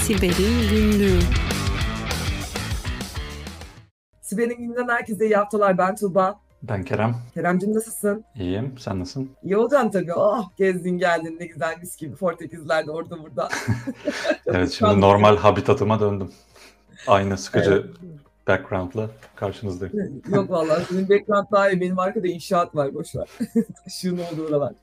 Siber'in Günlüğü. Siber'in Günlüğü'nden herkese iyi haftalar. Ben Tuğba. Ben Kerem. Kerem'cim nasılsın? İyiyim. Sen nasılsın? İyi olacaksın tabii. Oh, gezdin geldin ne güzel mis gibi Portekizler'de orada burada. Evet, şimdi normal habitatıma döndüm. Aynı sıkıcı background'la karşınızdayım. Yok vallahi senin background daha iyi. Benim arkada inşaat var. Boşver. Taşığın olduğu oralar.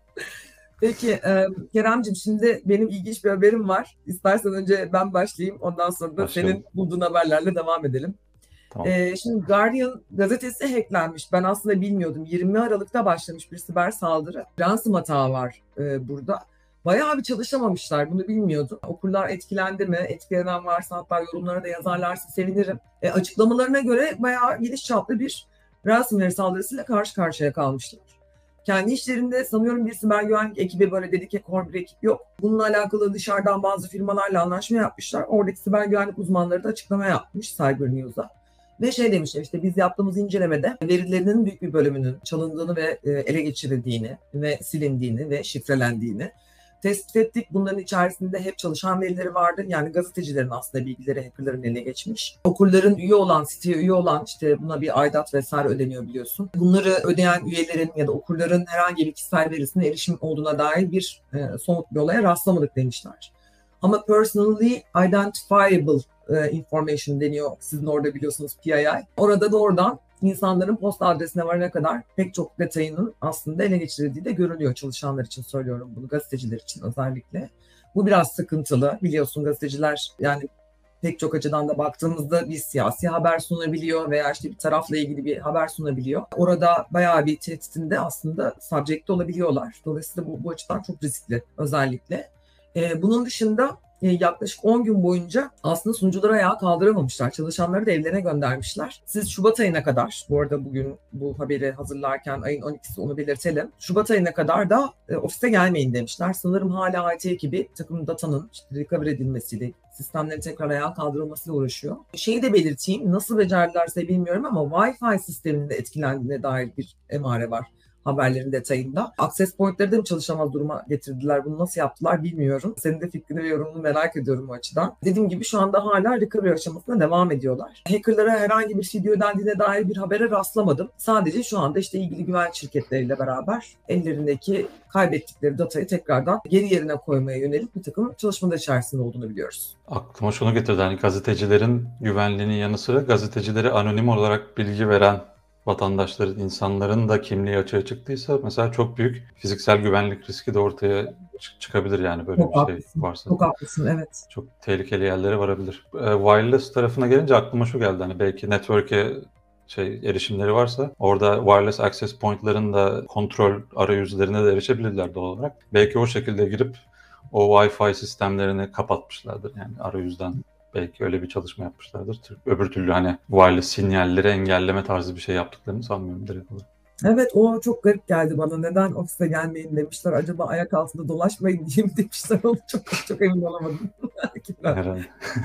Peki Kerem'cim şimdi benim ilginç bir haberim var. İstersen önce ben başlayayım. Ondan sonra da Başlayalım. senin bulduğun haberlerle devam edelim. Tamam. Şimdi Guardian gazetesi hacklenmiş. Ben aslında bilmiyordum. 20 Aralık'ta başlamış bir siber saldırı. Ransom hata var burada. Bayağı bir çalışamamışlar. Bunu bilmiyordum. Okurlar etkilendi mi? Etkilenen varsa hatta yorumlara da yazarlarsa sevinirim. Açıklamalarına göre bayağı geniş çaplı bir ransomware saldırısıyla karşı karşıya kalmışlar. Kendi işlerinde sanıyorum bir siber güvenlik ekibi böyle dedike core bir ekip yok. Bununla alakalı dışarıdan bazı firmalarla anlaşma yapmışlar. Oradaki siber güvenlik uzmanları da açıklama yapmış Cyber News'a. Ve demişler işte biz yaptığımız incelemede verilerinin büyük bir bölümünün çalındığını ve ele geçirildiğini ve silindiğini ve şifrelendiğini tespit ettik. Bunların içerisinde hep çalışan verileri vardı. Yani gazetecilerin aslında bilgileri hackerların eline geçmiş. Okurların üye olan, siteye üye olan işte buna bir aidat vesaire ödeniyor biliyorsun. Bunları ödeyen üyelerin ya da okurların herhangi bir kişisel verisine erişim olduğuna dair bir somut bir olaya rastlamadık demişler. Ama personally identifiable information deniyor. Sizin orada biliyorsunuz PII. Orada doğrudan insanların posta adresine varana kadar pek çok detayının aslında ele geçirildiği de görülüyor. Çalışanlar için söylüyorum bunu, gazeteciler için özellikle. Bu biraz sıkıntılı. Biliyorsun gazeteciler yani pek çok açıdan da baktığımızda bir siyasi haber sunabiliyor veya işte bir tarafla ilgili bir haber sunabiliyor. Orada bayağı bir tehditinde aslında subject olabiliyorlar. Dolayısıyla bu açıdan çok riskli özellikle. Bunun dışında yaklaşık 10 gün boyunca aslında sunucuları ayağa kaldıramamışlar. Çalışanları da evlerine göndermişler. Siz Şubat ayına kadar, bu arada bugün bu haberi hazırlarken ayın 12'si onu belirtelim. Şubat ayına kadar da ofise gelmeyin demişler. Sanırım hala IT ekibi takım datanın işte recover edilmesiyle, sistemlerin tekrar ayağa kaldırılmasıyla uğraşıyor. Şeyi de belirteyim, nasıl becerdilerse bilmiyorum ama Wi-Fi sisteminin de etkilendiğine dair bir emare var haberlerin detayında. Access point'leri de mi çalışamaz duruma getirdiler? Bunu nasıl yaptılar bilmiyorum. Senin de fikrini ve yorumunu merak ediyorum bu açıdan. Dediğim gibi şu anda hala recovery aşamasına devam ediyorlar. Hackerlara herhangi bir video ödendiğine dair bir habere rastlamadım. Sadece şu anda işte ilgili güvenlik şirketleriyle beraber ellerindeki kaybettikleri datayı tekrardan geri yerine koymaya yönelik bir takım çalışmalar içerisinde olduğunu biliyoruz. Aklıma şunu getirdi. Hani gazetecilerin güvenliğinin yanı sıra gazetecilere anonim olarak bilgi veren vatandaşların, insanların da kimliği açığa çıktıysa mesela çok büyük fiziksel güvenlik riski de ortaya çıkabilir yani böyle Çok bir haklısın. şey varsa. Çok haklısın, evet. Çok tehlikeli yerlere varabilir. Wireless tarafına gelince aklıma şu geldi. Hani belki network'e erişimleri varsa orada wireless access point'ların da kontrol arayüzlerine de erişebilirler doğal olarak. Belki o şekilde girip o Wi-Fi sistemlerini kapatmışlardır yani arayüzden. Belki öyle bir çalışma yapmışlardır. Öbür türlü hani wireless sinyalleri engelleme tarzı bir şey yaptıklarını sanmıyorum direkt olarak. Evet, o çok garip geldi bana. Neden ofise gelmeyin demişler. Acaba ayak altında dolaşmayın diye mi demişler. Onu çok emin olamadım. Herhalde.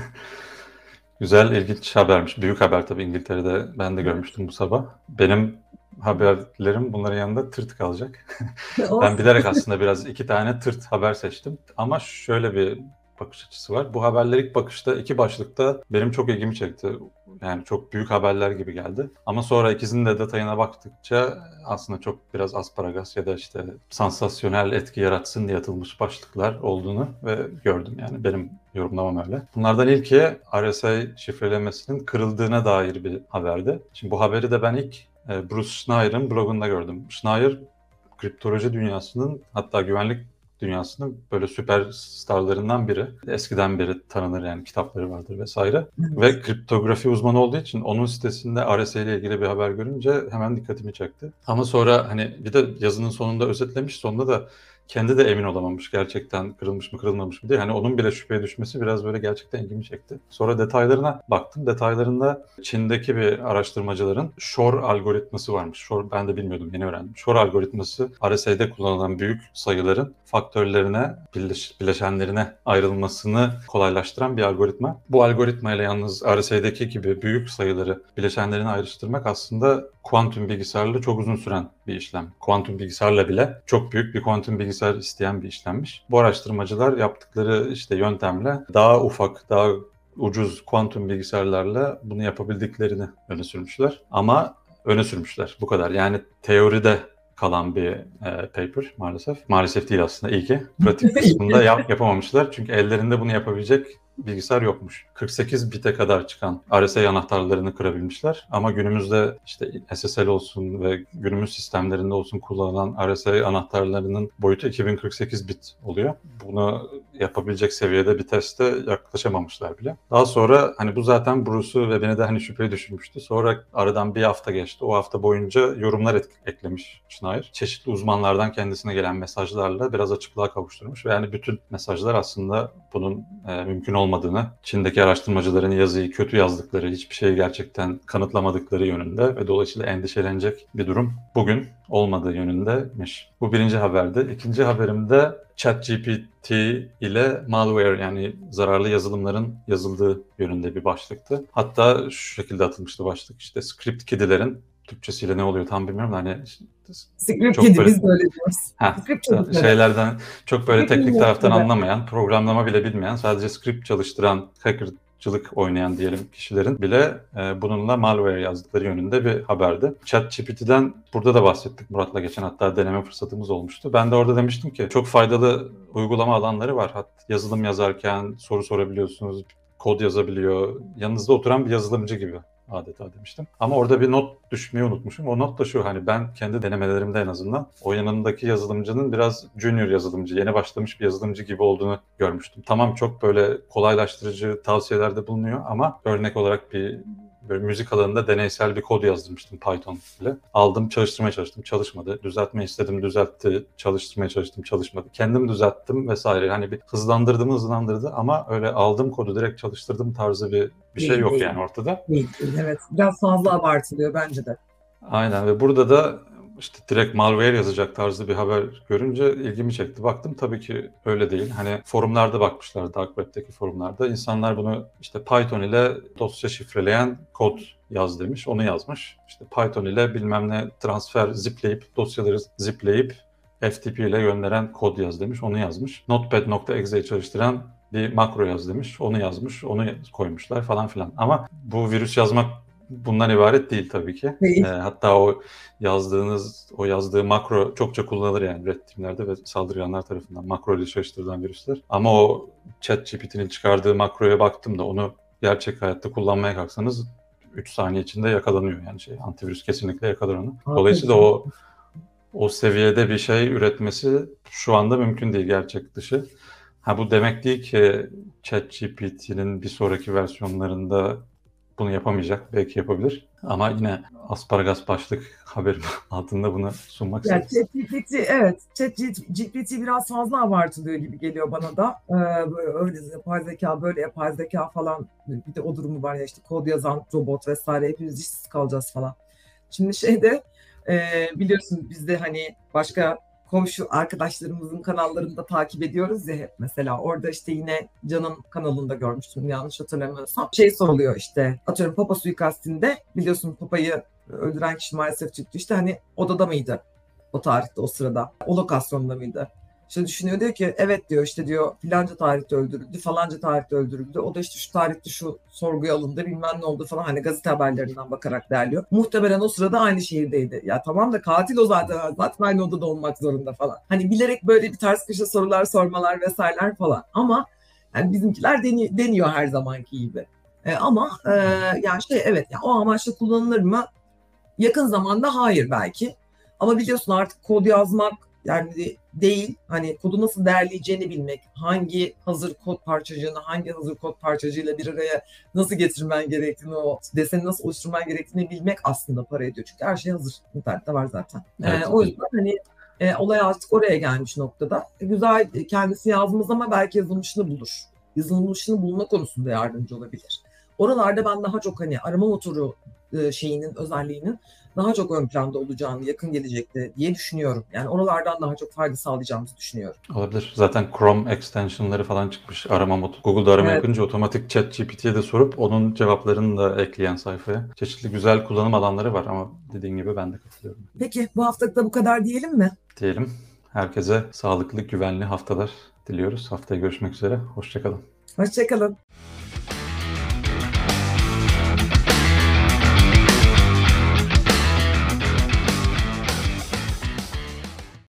Güzel, ilginç habermiş. Büyük haber tabii İngiltere'de. Ben de görmüştüm bu sabah. Benim haberlerim bunların yanında tırt kalacak. Ben bilerek aslında biraz 2 tane tırt haber seçtim. Ama şöyle bir bakış açısı var. Bu haberler ilk bakışta 2 başlıkta benim çok ilgimi çekti. Yani çok büyük haberler gibi geldi. Ama sonra ikisinin de detayına baktıkça aslında çok biraz asparagas ya da işte sansasyonel etki yaratsın diye atılmış başlıklar olduğunu ve gördüm yani benim yorumlamam öyle. Bunlardan ilki RSA şifrelemesinin kırıldığına dair bir haberdi. Şimdi bu haberi de ben ilk Bruce Schneier'ın blogunda gördüm. Schreier kriptoloji dünyasının hatta güvenlik dünyasının böyle süperstarlarından biri. Eskiden beri tanınır yani kitapları vardır vesaire. Evet. Ve kriptografi uzmanı olduğu için onun sitesinde RSA ile ilgili bir haber görünce hemen dikkatimi çekti. Ama sonra hani bir de yazının sonunda özetlemiş, sonunda da kendi de emin olamamış gerçekten kırılmış mı kırılmamış mı diye. Hani onun bile şüpheye düşmesi biraz böyle gerçekten ilgimi çekti. Sonra detaylarına baktım. Detaylarında Çin'deki bir araştırmacıların Shor algoritması varmış. Shor ben de bilmiyordum, yeni öğrendim. Shor algoritması RSA'de kullanılan büyük sayıların faktörlerine, bileşenlerine ayrılmasını kolaylaştıran bir algoritma. Bu algoritmayla yalnız RSA'deki gibi büyük sayıları bileşenlerine ayrıştırmak aslında kuantum bilgisayarla çok uzun süren bir işlem. Kuantum bilgisayarla bile çok büyük bir kuantum bilgisayar isteyen bir işlemmiş. Bu araştırmacılar yaptıkları işte yöntemle daha ufak, daha ucuz kuantum bilgisayarlarla bunu yapabildiklerini öne sürmüşler. Ama öne sürmüşler. Bu kadar. Yani teoride kalan bir paper maalesef. Maalesef değil aslında. İyi ki. Pratik kısmında yapamamışlar. Çünkü ellerinde bunu yapabilecek bilgisayar yokmuş. 48 bite kadar çıkan RSA anahtarlarını kırabilmişler. Ama günümüzde işte SSL olsun ve günümüz sistemlerinde olsun kullanılan RSA anahtarlarının boyutu 2048 bit oluyor. Bunu yapabilecek seviyede bir teste yaklaşamamışlar bile. Daha sonra hani bu zaten Bruce'u ve beni de hani şüpheye düşürmüştü. Sonra aradan bir hafta geçti. O hafta boyunca yorumlar eklemiş Schneier. Çeşitli uzmanlardan kendisine gelen mesajlarla biraz açıklığa kavuşturmuş. Ve yani bütün mesajlar aslında bunun mümkün olmadığını, Çin'deki araştırmacıların yazıyı kötü yazdıkları, hiçbir şeyi gerçekten kanıtlamadıkları yönünde ve dolayısıyla endişelenecek bir durum bugün olmadığı yönündeymiş. Bu birinci haberdi. İkinci haberimde ChatGPT ile malware yani zararlı yazılımların yazıldığı yönünde bir başlıktı. Hatta şu şekilde atılmıştı başlık. İşte script kiddilerin Türkçesiyle ne oluyor tam bilmiyorum da hani Script kiddi biz böyle diyoruz. Şeylerden çok böyle Script teknik taraftan kiddi. anlamayan, programlama bile bilmeyen, sadece script çalıştıran, hackercılık oynayan diyelim kişilerin bile bununla malware yazdıkları yönünde bir haberdi. ChatGPT'den burada da bahsettik Murat'la geçen, hatta deneme fırsatımız olmuştu. Ben de orada demiştim ki çok faydalı uygulama alanları var. Hatta yazılım yazarken soru sorabiliyorsunuz, kod yazabiliyor. Yanınızda oturan bir yazılımcı gibi adeta demiştim. Ama orada bir not düşmeyi unutmuşum. O not da şu: hani ben kendi denemelerimde en azından o yanındaki yazılımcının biraz junior yazılımcı, yeni başlamış bir yazılımcı gibi olduğunu görmüştüm. Tamam, çok böyle kolaylaştırıcı tavsiyelerde bulunuyor ama örnek olarak bir böyle müzik alanında deneysel bir kod yazdırmıştım Python ile. Aldım, çalıştırmaya çalıştım, çalışmadı. Düzeltmeyi istedim, düzeltti. Çalıştırmaya çalıştım, çalışmadı. Kendim düzelttim vesaire. Hani bir hızlandırdı ama öyle aldım kodu direkt çalıştırdım tarzı bir şey yok yani ortada. Değil, evet. Biraz fazla abartılıyor bence de. Aynen, ve burada da işte direkt malware yazacak tarzı bir haber görünce ilgimi çekti. Baktım, tabii ki öyle değil. Hani forumlarda bakmışlar, Dark Web'deki forumlarda. İnsanlar bunu işte Python ile dosya şifreleyen kod yaz demiş. Onu yazmış. İşte Python ile bilmem ne transfer zipleyip, dosyaları zipleyip FTP ile gönderen kod yaz demiş. Onu yazmış. Notepad.exe'yi çalıştıran bir makro yaz demiş. Onu yazmış. Onu koymuşlar falan filan. Ama bu virüs yazmak bundan ibaret değil tabii ki. Değil. Hatta o yazdığı makro çokça kullanılır yani red teamlerde ve saldırganlar tarafından makro ile çalıştırılan virüsler. Ama o ChatGPT'nin çıkardığı makroya baktım da onu gerçek hayatta kullanmaya kalksanız 3 saniye içinde yakalanıyor yani antivirüs kesinlikle yakalar onu. Dolayısıyla o seviyede bir şey üretmesi şu anda mümkün değil, gerçek dışı. Bu demek değil ki ChatGPT'nin bir sonraki versiyonlarında bunu yapamayacak. Belki yapabilir. Ama yine asparagas başlık haberim altında bunu sunmak istedim. ChatGPT, evet. ChatGPT biraz fazla abartılıyor gibi geliyor bana da. Öyle yapay zeka, böyle yapay zeka falan. Bir de o durumu var ya, işte kod yazan robot vesaire, hepimiz işsiz kalacağız falan. Şimdi biliyorsun biz de hani başka komşu arkadaşlarımızın kanallarında takip ediyoruz ya hep mesela. Orada işte yine Can'ın kanalında görmüştüm yanlış hatırlamıyorsam. Soruluyor işte, atıyorum Papa suikastinde, biliyorsun Papa'yı öldüren kişi maalesef çıktı. İşte hani odada mıydı o tarihte, o sırada? O lokasyonda mıydı? İşte düşünüyor, diyor ki evet diyor, işte diyor filanca tarihte öldürüldü, falanca tarihte öldürüldü. O da işte şu tarihte şu sorguya alındı, bilmem ne oldu falan, hani gazete haberlerinden bakarak derliyor. Muhtemelen o sırada aynı şehirdeydi. Ya tamam da katil o zaten aynı odada olmak zorunda falan. Hani bilerek böyle bir ters köşe sorular sormalar vesaireler falan. Ama yani bizimkiler deniyor her zamanki gibi. Yani evet, yani o amaçla kullanılır mı? Yakın zamanda hayır belki. Ama biliyorsun artık kod yazmak yani değil, hani kodu nasıl değerleyeceğini bilmek, hangi hazır kod parçacığını hangi hazır kod parçacığıyla bir araya nasıl getirmen gerektiğini, o deseni nasıl oluşturman gerektiğini bilmek aslında para ediyor. Çünkü her şey hazır, internette var zaten. Evet. O yüzden hani olay artık oraya gelmiş noktada. Güzel kendisi yazmaz ama belki yazılmışını bulur. Yazılmışını bulma konusunda yardımcı olabilir. Oralarda ben daha çok hani arama motoru şeyinin, özelliğinin daha çok ön planda olacağını yakın gelecekte diye düşünüyorum. Yani oralardan daha çok fayda sağlayacağımızı düşünüyorum. Olabilir. Zaten Chrome extensionları falan çıkmış. Arama modu. Google'da arama Evet. yapınca otomatik ChatGPT'ye de sorup onun cevaplarını da ekleyen sayfaya. Çeşitli güzel kullanım alanları var ama dediğin gibi ben de katılıyorum. Peki bu haftalık da bu kadar diyelim mi? Diyelim. Herkese sağlıklı, güvenli haftalar diliyoruz. Haftaya görüşmek üzere. Hoşça kalın. Hoşça kalın.